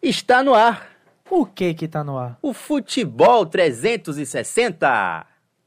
Está no ar. O que tá no ar? O Futebol 360.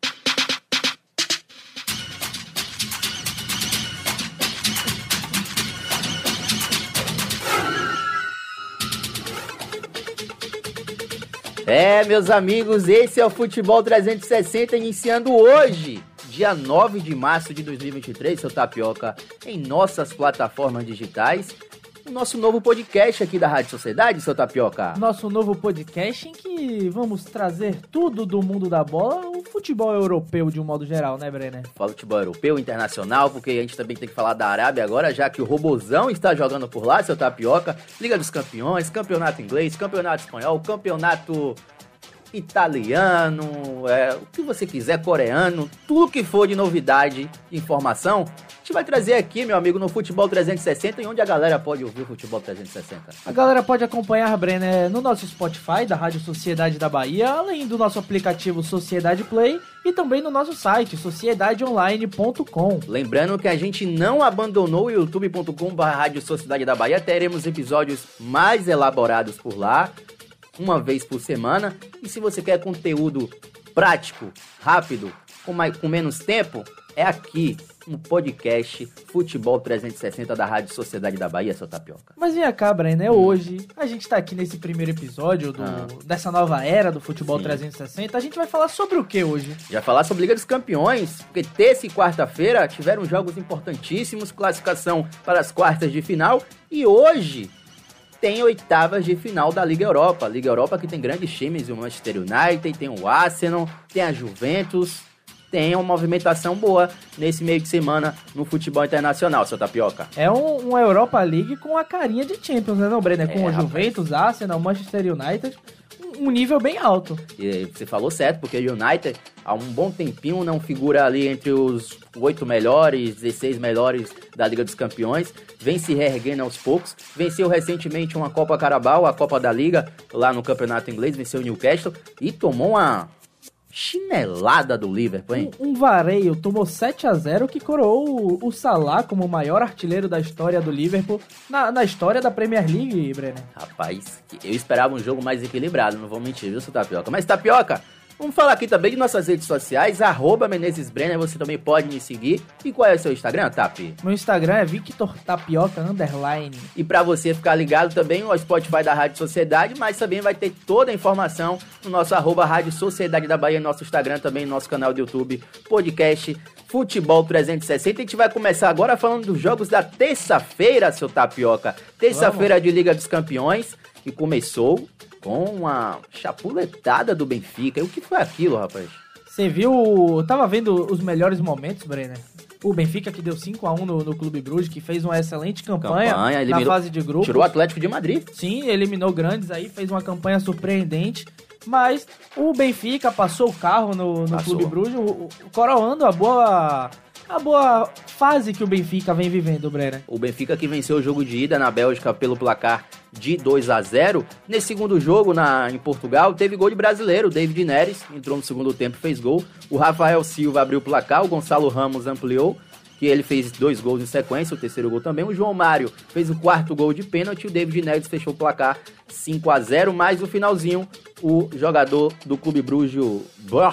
Meus amigos, esse é o Futebol 360 iniciando hoje, dia 9 de março de 2023, seu Tapioca, em nossas plataformas digitais. O nosso novo podcast aqui da Rádio Sociedade, seu Tapioca. Nosso novo podcast em que vamos trazer tudo do mundo da bola, o futebol europeu de um modo geral, né, Brenner? Fala futebol europeu, internacional, porque a gente também tem que falar da Arábia agora, já que o Robozão está jogando por lá, seu Tapioca. Liga dos Campeões, campeonato inglês, campeonato espanhol, campeonato italiano, o que você quiser, coreano, tudo que for de novidade e informação, a gente vai trazer aqui, meu amigo, no Futebol 360, e onde a galera pode ouvir o Futebol 360. A galera pode acompanhar, Brenner, no nosso Spotify, da Rádio Sociedade da Bahia, além do nosso aplicativo Sociedade Play e também no nosso site, sociedadeonline.com. Lembrando que a gente não abandonou o youtube.com/Rádio Sociedade da Bahia, teremos episódios mais elaborados por lá, uma vez por semana. E se você quer conteúdo prático, rápido, com menos tempo, é aqui no podcast Futebol 360 da Rádio Sociedade da Bahia, seu Tapioca. Mas vem cá, Brenner, hoje a gente tá aqui nesse primeiro episódio dessa nova era do Futebol 360. A gente vai falar sobre o que hoje? Já falar sobre Liga dos Campeões, porque terça e quarta-feira tiveram jogos importantíssimos, classificação para as quartas de final, e hoje tem oitavas de final da Liga Europa. Liga Europa que tem grandes times, o Manchester United, tem o Arsenal, tem a Juventus, tem uma movimentação boa nesse meio de semana no futebol internacional, seu Tapioca. É uma Europa League com a carinha de Champions, né, não, Brenner? Com o Juventus, Arsenal, Manchester United, um nível bem alto. E você falou certo, porque o United há um bom tempinho não figura ali entre os 8 melhores, 16 melhores da Liga dos Campeões, vem se reerguendo aos poucos, venceu recentemente uma Copa Carabao, a Copa da Liga, lá no Campeonato Inglês, venceu o Newcastle e tomou uma chinelada do Liverpool, hein? Um vareio, tomou 7-0, que coroou o Salah como o maior artilheiro da história do Liverpool, na história da Premier League, Brenner. Rapaz, eu esperava um jogo mais equilibrado, não vou mentir, viu, seu Tapioca? Mas, Tapioca, vamos falar aqui também de nossas redes sociais, @MenezesBrenner, você também pode me seguir. E qual é o seu Instagram, Tapi? Meu Instagram é VictorTapioca_. E pra você ficar ligado também, o Spotify da Rádio Sociedade, mas também vai ter toda a informação no nosso @Rádio Sociedade da Bahia, nosso Instagram também, nosso canal do YouTube, podcast Futebol 360. A gente vai começar agora falando dos jogos da terça-feira, seu Tapioca. Terça-feira de Liga dos Campeões, que começou com uma chapuletada do Benfica. E o que foi aquilo, rapaz? Você viu... Tava vendo os melhores momentos, Brenner? O Benfica que deu 5-1 no Clube Bruges, que fez uma excelente campanha na fase de grupos. Tirou o Atlético de Madrid. Sim, eliminou grandes aí, fez uma campanha surpreendente. Mas o Benfica passou o carro no Clube Bruges, coroando a boa fase que o Benfica vem vivendo, Brenner. O Benfica que venceu o jogo de ida na Bélgica pelo placar de 2-0. Nesse segundo jogo em Portugal, teve gol de brasileiro. O David Neres entrou no segundo tempo e fez gol. O Rafael Silva abriu o placar, o Gonçalo Ramos ampliou, que ele fez 2 gols em sequência, o terceiro gol também. O João Mário fez o quarto gol de pênalti, o David Neres fechou o placar 5-0, mas no finalzinho, o jogador do Clube Bruges, o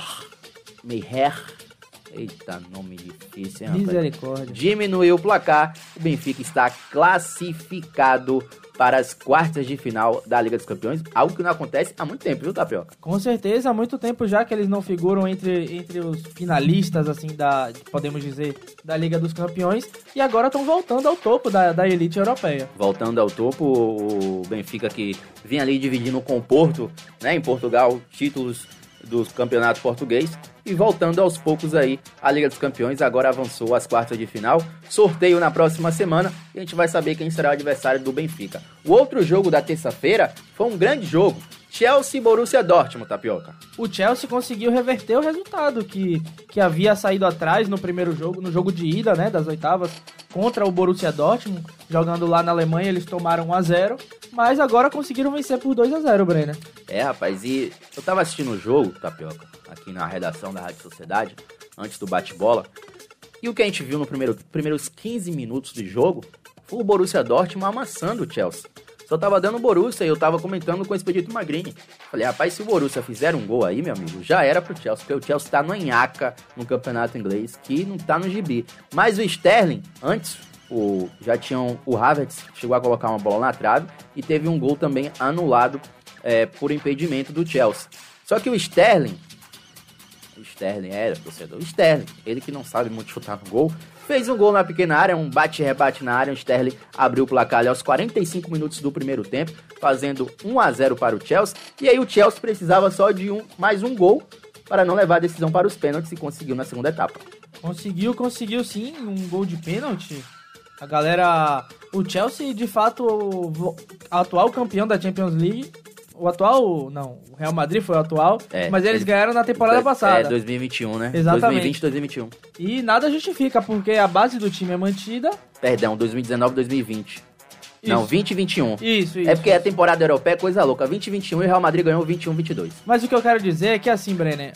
Meijer, eita, nome difícil, hein, misericórdia, diminuiu o placar. O Benfica está classificado para as quartas de final da Liga dos Campeões, algo que não acontece há muito tempo, viu, Tapioca? Com certeza, há muito tempo já que eles não figuram entre os finalistas, assim, podemos dizer, da Liga dos Campeões, e agora estão voltando ao topo da elite europeia. Voltando ao topo, o Benfica que vinha ali dividindo com o Porto, né, em Portugal, títulos do campeonato português, e voltando aos poucos aí, a Liga dos Campeões agora avançou às quartas de final, sorteio na próxima semana, e a gente vai saber quem será o adversário do Benfica. O outro jogo da terça-feira foi um grande jogo, Chelsea e Borussia Dortmund, Tapioca. O Chelsea conseguiu reverter o resultado que havia saído atrás no primeiro jogo, no jogo de ida, né, das oitavas, contra o Borussia Dortmund, jogando lá na Alemanha, eles tomaram 1-0, mas agora conseguiram vencer por 2-0, Brenner. Rapaz, e eu tava assistindo o jogo, Tapioca, aqui na redação da Rádio Sociedade, antes do bate-bola, e o que a gente viu no primeiros 15 minutos de jogo foi o Borussia Dortmund amassando o Chelsea. só tava dando o Borussia e eu tava comentando com o Expedito Magrini. Falei, rapaz, se o Borussia fizer um gol aí, meu amigo, já era pro Chelsea, porque o Chelsea tá no nhaca no campeonato inglês, que não tá no gibi. Mas o Sterling, antes, o Havertz chegou a colocar uma bola na trave e teve um gol também anulado por impedimento do Chelsea. Só que o Sterling, ele que não sabe muito chutar no gol, fez um gol na pequena área, um bate-rebate na área. O Sterling abriu o placar ali aos 45 minutos do primeiro tempo, fazendo 1-0 para o Chelsea. E aí o Chelsea precisava só de mais um gol para não levar a decisão para os pênaltis e conseguiu na segunda etapa. Conseguiu sim, um gol de pênalti. A galera... O Chelsea, de fato, o atual campeão da Champions League... O Real Madrid foi o atual, mas eles ganharam na temporada passada. 2021, né? Exatamente. 2020-2021. E nada justifica, porque a base do time é mantida. Perdão, 2019-2020. Não, 20 e 21. Isso. É porque a temporada europeia é coisa louca. 20 e 21 e o Real Madrid ganhou 21-22. Mas o que eu quero dizer é que assim, Brenner,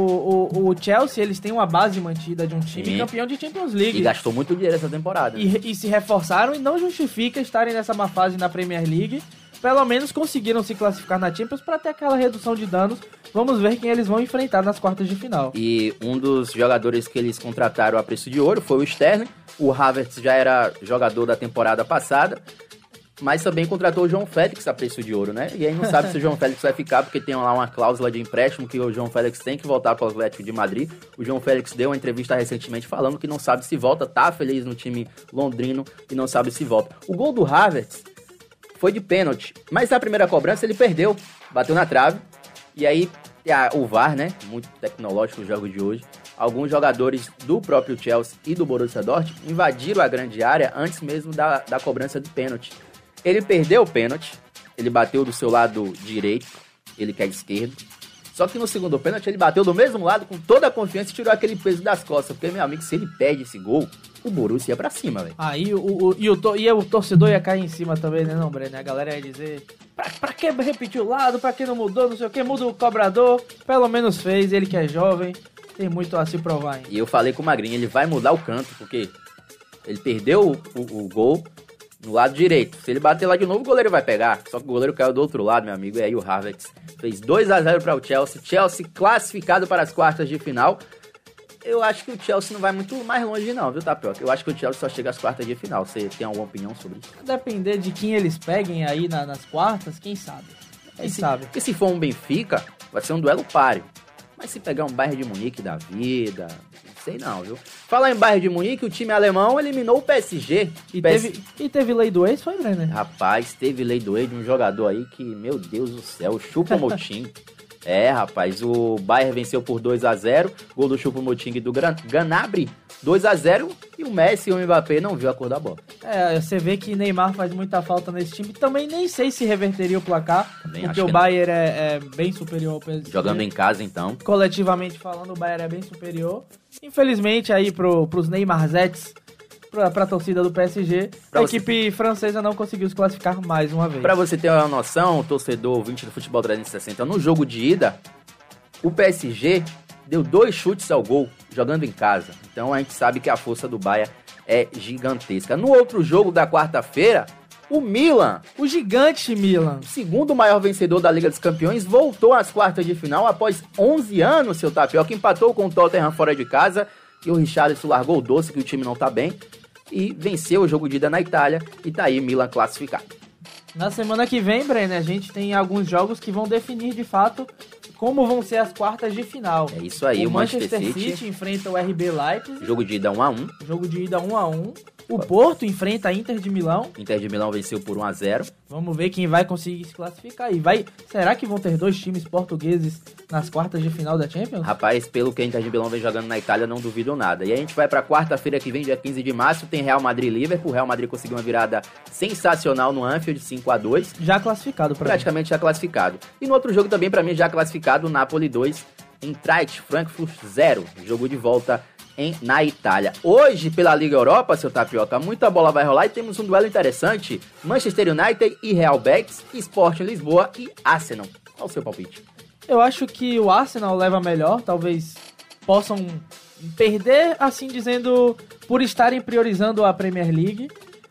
o Chelsea, eles têm uma base mantida de um time campeão de Champions League. E gastou muito dinheiro essa temporada. E se reforçaram e não justifica estarem nessa má fase na Premier League. Pelo menos conseguiram se classificar na Champions para ter aquela redução de danos. Vamos ver quem eles vão enfrentar nas quartas de final. E um dos jogadores que eles contrataram a preço de ouro foi o Sterling. O Havertz já era jogador da temporada passada, mas também contratou o João Félix a preço de ouro, né? E aí não sabe se o João Félix vai ficar, porque tem lá uma cláusula de empréstimo que o João Félix tem que voltar para o Atlético de Madrid. O João Félix deu uma entrevista recentemente falando que não sabe se volta, tá feliz no time londrino e não sabe se volta. O gol do Havertz foi de pênalti, mas na primeira cobrança ele perdeu, bateu na trave, e aí o VAR, né, muito tecnológico o jogo de hoje, alguns jogadores do próprio Chelsea e do Borussia Dortmund invadiram a grande área antes mesmo da cobrança de pênalti. Ele perdeu o pênalti, ele bateu do seu lado direito, ele que é esquerdo, só que no segundo pênalti ele bateu do mesmo lado com toda a confiança e tirou aquele peso das costas, porque, meu amigo, se ele perde esse gol, o Borussia ia pra cima, velho. Aí o torcedor ia cair em cima também, né, não, Breno? A galera ia dizer, pra que repetir o lado, pra que não mudou, não sei o que, muda o cobrador. Pelo menos fez, ele que é jovem, tem muito a se provar ainda. E eu falei com o Magrinho, ele vai mudar o canto, porque ele perdeu o gol no lado direito. Se ele bater lá de novo, o goleiro vai pegar. Só que o goleiro caiu do outro lado, meu amigo, e aí o Havertz fez 2-0 para o Chelsea. Chelsea classificado para as quartas de final. Eu acho que o Chelsea não vai muito mais longe não, viu, Tapioca? Eu acho que o Chelsea só chega às quartas de final. Você tem alguma opinião sobre isso? Depender de quem eles peguem aí nas quartas, quem sabe? Quem sabe? Porque se for um Benfica, vai ser um duelo páreo. Mas se pegar um Bayern de Munique da vida, não sei não, viu? Falar em Bayern de Munique, o time alemão eliminou o PSG. E teve lei do ex, foi, Brenner? Rapaz, teve lei do ex de um jogador aí que, meu Deus do céu, chupa o Moting. Rapaz, o Bayern venceu por 2-0, gol do Choupo-Moting e do Gnabry, 2-0, e o Messi e o Mbappé não viu a cor da bola. Você vê que Neymar faz muita falta nesse time, também nem sei se reverteria o placar, também porque o Bayern é bem superior ao PSG. Jogando em casa, então. Coletivamente falando, o Bayern é bem superior. Infelizmente, aí pros Neymarzettes, pra torcida do PSG, equipe francesa não conseguiu se classificar mais uma vez. Pra você ter uma noção, torcedor ouvinte do Futebol 360, no jogo de ida, o PSG deu 2 chutes ao gol, jogando em casa. Então a gente sabe que a força do Bayern é gigantesca. No outro jogo da quarta-feira, o Milan, o gigante Milan, o segundo maior vencedor da Liga dos Campeões, voltou às quartas de final após 11 anos, seu Tapioca, empatou com o Tottenham fora de casa, e o Richarlison largou o doce, que o time não tá bem, e venceu o jogo de ida na Itália, e tá aí Milan classificado. Na semana que vem, Brenner, a gente tem alguns jogos que vão definir de fato como vão ser as quartas de final. É isso aí, o Manchester City enfrenta o RB Leipzig. Jogo de ida 1-1. Jogo de ida 1-1. O Porto enfrenta a Inter de Milão. Inter de Milão venceu por 1-0. Vamos ver quem vai conseguir se classificar. Será que vão ter 2 times portugueses nas quartas de final da Champions? Rapaz, pelo que a Inter de Milão vem jogando na Itália, não duvido nada. E a gente vai pra quarta-feira que vem, dia 15 de março, tem Real Madrid e Liverpool. O Real Madrid conseguiu uma virada sensacional no Anfield, 5-2. Já classificado pra praticamente já classificado. E no outro jogo também, pra mim, já classificado, Napoli 2, Eintracht Frankfurt 0. Jogo de volta na Itália. Hoje, pela Liga Europa, seu Tapioca, muita bola vai rolar e temos um duelo interessante. Manchester United e Real Betis, Sporting Lisboa e Arsenal. Qual o seu palpite? Eu acho que o Arsenal leva melhor, talvez possam perder, assim dizendo, por estarem priorizando a Premier League.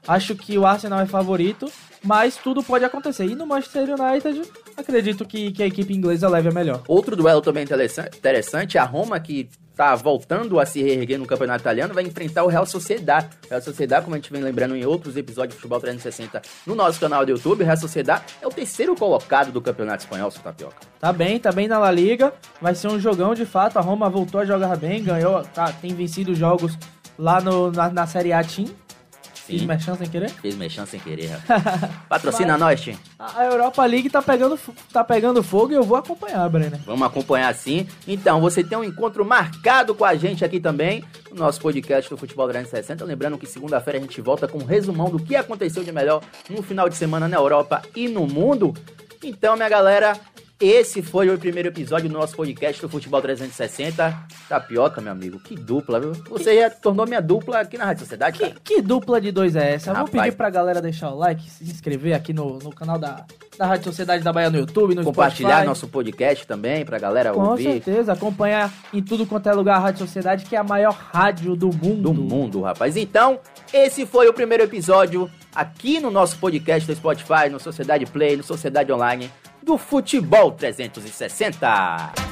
Acho que o Arsenal é favorito, mas tudo pode acontecer. E no Manchester United, acredito que a equipe inglesa leve a melhor. Outro duelo também interessante, a Roma, que tá voltando a se reerguer no campeonato italiano, vai enfrentar o Real Sociedad. O Real Sociedad, como a gente vem lembrando em outros episódios de Futebol 360 no nosso canal do YouTube, o Real Sociedad é o terceiro colocado do campeonato espanhol, seu Tapioca. Tá bem na La Liga, vai ser um jogão de fato, a Roma voltou a jogar bem, ganhou, tem vencido jogos lá na Série A Team. Fiz merchan sem querer? Fiz merchan sem querer, rapaz. Patrocina nós, Tim. A Europa League tá pegando fogo e eu vou acompanhar, Brenner. Vamos acompanhar sim. Então, você tem um encontro marcado com a gente aqui também, no nosso podcast do Futebol 360. Lembrando que segunda-feira a gente volta com um resumão do que aconteceu de melhor no final de semana na Europa e no mundo. Então, minha galera, esse foi o primeiro episódio do nosso podcast do Futebol 360. Tapioca, meu amigo, que dupla, viu? Você já tornou minha dupla aqui na Rádio Sociedade, cara. Que dupla de dois é essa? Eu vou Rapaz, pedir pra galera deixar o like, se inscrever aqui no canal da Rádio Sociedade da Bahia no YouTube, no compartilhar Spotify. Nosso podcast também pra galera Com ouvir. Com certeza, acompanha em tudo quanto é lugar a Rádio Sociedade, que é a maior rádio do mundo. Do mundo, rapaz. Então, esse foi o primeiro episódio aqui no nosso podcast do Spotify, no Sociedade Play, no Sociedade Online, do Futebol 360.